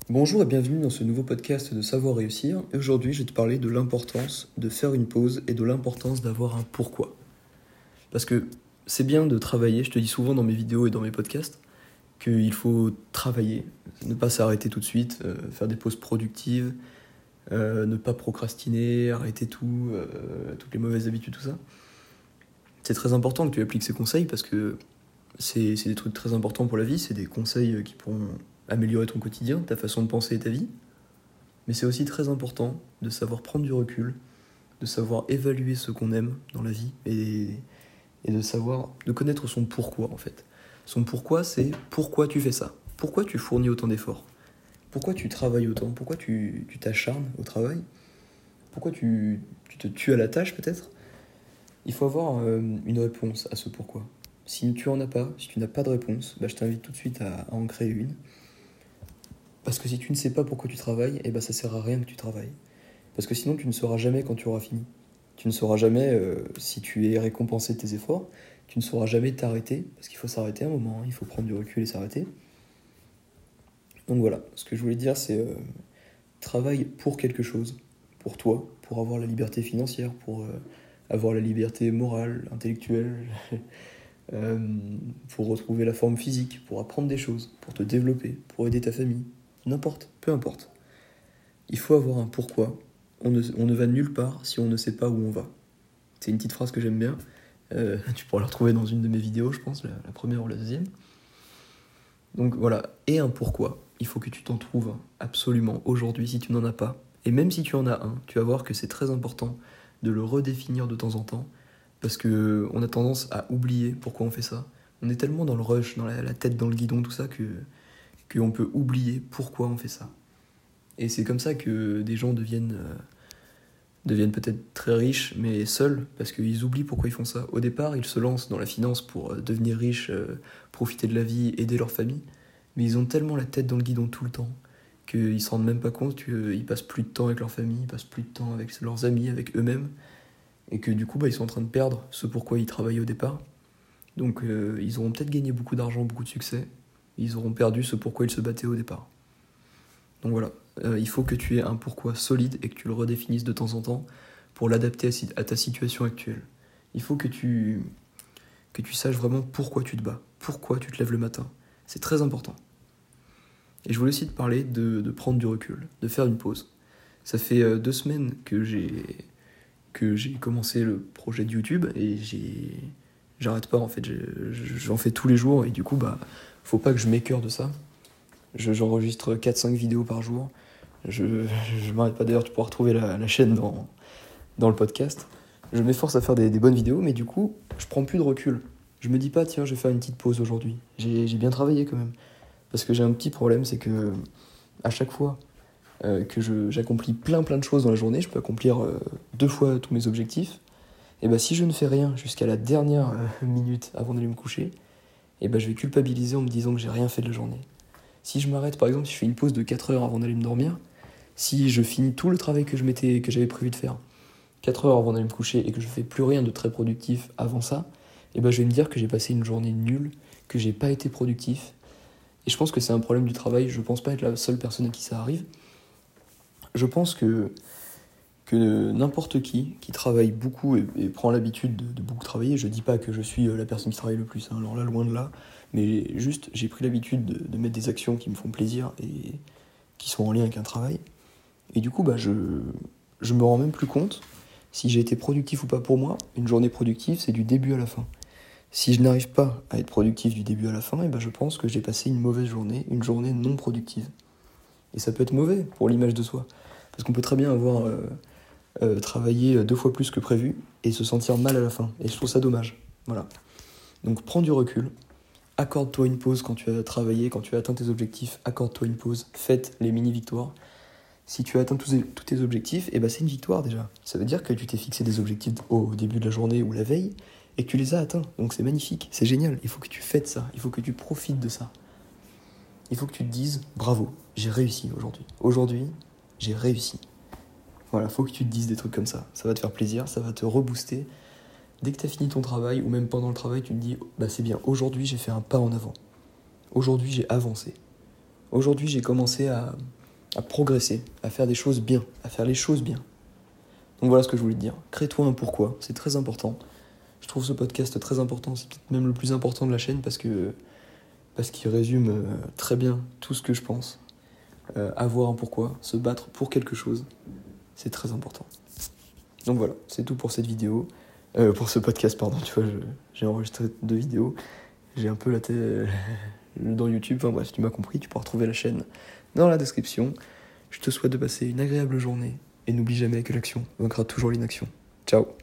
Bonjour et bienvenue dans ce nouveau podcast de Savoir Réussir. Et aujourd'hui, je vais te parler de l'importance de faire une pause et de l'importance d'avoir un pourquoi. Parce que c'est bien de travailler, je te dis souvent dans mes vidéos et dans mes podcasts, qu'il faut travailler, ne pas s'arrêter tout de suite, faire des pauses productives, ne pas procrastiner, arrêter tout, toutes les mauvaises habitudes, tout ça. C'est très important que tu appliques ces conseils parce que c'est des trucs très importants pour la vie, c'est des conseils qui pourront améliorer ton quotidien, ta façon de penser et ta vie. Mais c'est aussi très important de savoir prendre du recul, de savoir évaluer ce qu'on aime dans la vie et de connaître son pourquoi en fait. Son pourquoi, c'est pourquoi tu fais ça, pourquoi tu fournis autant d'efforts, pourquoi tu travailles autant, pourquoi tu t'acharnes au travail, pourquoi tu te tues à la tâche peut-être. Il faut avoir une réponse à ce pourquoi. Si tu en as pas, si tu n'as pas de réponse, je t'invite tout de suite à en créer une. Parce que si tu ne sais pas pourquoi tu travailles, ça sert à rien que tu travailles. Parce que sinon tu ne sauras jamais quand tu auras fini. Tu ne sauras jamais si tu es récompensé de tes efforts. Tu ne sauras jamais t'arrêter, parce qu'il faut s'arrêter un moment, il faut prendre du recul et s'arrêter. Donc voilà, ce que je voulais dire c'est travaille pour quelque chose, pour toi, pour avoir la liberté financière, pour avoir la liberté morale, intellectuelle, pour retrouver la forme physique, pour apprendre des choses, pour te développer, pour aider ta famille. N'importe, peu importe. Il faut avoir un pourquoi. On ne va nulle part si on ne sait pas où on va. C'est une petite phrase que j'aime bien. Tu pourras la retrouver dans une de mes vidéos, je pense, la première ou la deuxième. Donc voilà, et un pourquoi. Il faut que tu t'en trouves absolument aujourd'hui si tu n'en as pas. Et même si tu en as un, tu vas voir que c'est très important de le redéfinir de temps en temps, parce qu'on a tendance à oublier pourquoi on fait ça. On est tellement dans le rush, dans la tête dans le guidon, tout ça, qu'on peut oublier pourquoi on fait ça. Et c'est comme ça que des gens deviennent peut-être très riches, mais seuls, parce qu'ils oublient pourquoi ils font ça. Au départ, ils se lancent dans la finance pour devenir riches, profiter de la vie, aider leur famille, mais ils ont tellement la tête dans le guidon tout le temps qu'ils ne se rendent même pas compte qu'ils passent plus de temps avec leur famille, ils passent plus de temps avec leurs amis, avec eux-mêmes, et que du coup, ils sont en train de perdre ce pourquoi ils travaillaient au départ. Donc ils auront peut-être gagné beaucoup d'argent, beaucoup de succès, ils auront perdu ce pourquoi ils se battaient au départ. Donc voilà, il faut que tu aies un pourquoi solide et que tu le redéfinisses de temps en temps pour l'adapter à ta situation actuelle. Il faut que tu saches vraiment pourquoi tu te bats, pourquoi tu te lèves le matin. C'est très important. Et je voulais aussi te parler de prendre du recul, de faire une pause. Ça fait 2 semaines que j'ai commencé le projet de YouTube et j'arrête pas en fait, j'en fais tous les jours et du coup faut pas que je m'écœure de ça. J'enregistre 4-5 vidéos par jour. Je m'arrête pas, d'ailleurs tu pourras retrouver la chaîne dans le podcast. Je m'efforce à faire des bonnes vidéos, mais du coup je prends plus de recul. Je me dis pas tiens je vais faire une petite pause aujourd'hui. J'ai bien travaillé quand même. Parce que j'ai un petit problème, c'est que à chaque fois que j'accomplis plein de choses dans la journée, je peux accomplir 2 fois tous mes objectifs. Et si je ne fais rien jusqu'à la dernière minute avant d'aller me coucher, je vais culpabiliser en me disant que j'ai rien fait de la journée. Si je m'arrête, par exemple, si je fais une pause de 4 heures avant d'aller me dormir, si je finis tout le travail que j'avais prévu de faire 4 heures avant d'aller me coucher et que je fais plus rien de très productif avant ça, je vais me dire que j'ai passé une journée nulle, que j'ai pas été productif. Et je pense que c'est un problème du travail, je pense pas être la seule personne à qui ça arrive. Je pense que n'importe qui travaille beaucoup et prend l'habitude de beaucoup travailler, je dis pas que je suis la personne qui travaille le plus, alors là, loin de là, mais juste, j'ai pris l'habitude de mettre des actions qui me font plaisir et qui sont en lien avec un travail. Et du coup, je me rends même plus compte si j'ai été productif ou pas pour moi. Une journée productive, c'est du début à la fin. Si je n'arrive pas à être productif du début à la fin, je pense que j'ai passé une mauvaise journée, une journée non productive. Et ça peut être mauvais pour l'image de soi. Parce qu'on peut très bien avoir travaillé 2 fois plus que prévu et se sentir mal à la fin. Et je trouve ça dommage. Voilà. Donc prends du recul. Accorde-toi une pause quand tu as travaillé, quand tu as atteint tes objectifs. Accorde-toi une pause. Faites les mini-victoires. Si tu as atteint tous tes objectifs, c'est une victoire déjà. Ça veut dire que tu t'es fixé des objectifs au début de la journée ou la veille et que tu les as atteints. Donc c'est magnifique, c'est génial. Il faut que tu fêtes ça, il faut que tu profites de ça. Il faut que tu te dises bravo, j'ai réussi aujourd'hui. Aujourd'hui, j'ai réussi. Voilà, il faut que tu te dises des trucs comme ça. Ça va te faire plaisir, ça va te rebooster. Dès que tu as fini ton travail ou même pendant le travail, tu te dis c'est bien, aujourd'hui j'ai fait un pas en avant. Aujourd'hui j'ai avancé. Aujourd'hui j'ai commencé à à progresser, à faire des choses bien, à faire les choses bien. Donc voilà ce que je voulais te dire. Crée-toi un pourquoi, c'est très important. Je trouve ce podcast très important, c'est peut-être même le plus important de la chaîne parce qu'il résume très bien tout ce que je pense. Avoir un pourquoi, se battre pour quelque chose, c'est très important. Donc voilà, c'est tout pour cette vidéo. Pour ce podcast, pardon, tu vois, j'ai enregistré 2 vidéos. J'ai un peu la tête dans YouTube. Enfin bref, tu m'as compris, tu pourras retrouver la chaîne dans la description. Je te souhaite de passer une agréable journée. Et n'oublie jamais que l'action vaincra toujours l'inaction. Ciao.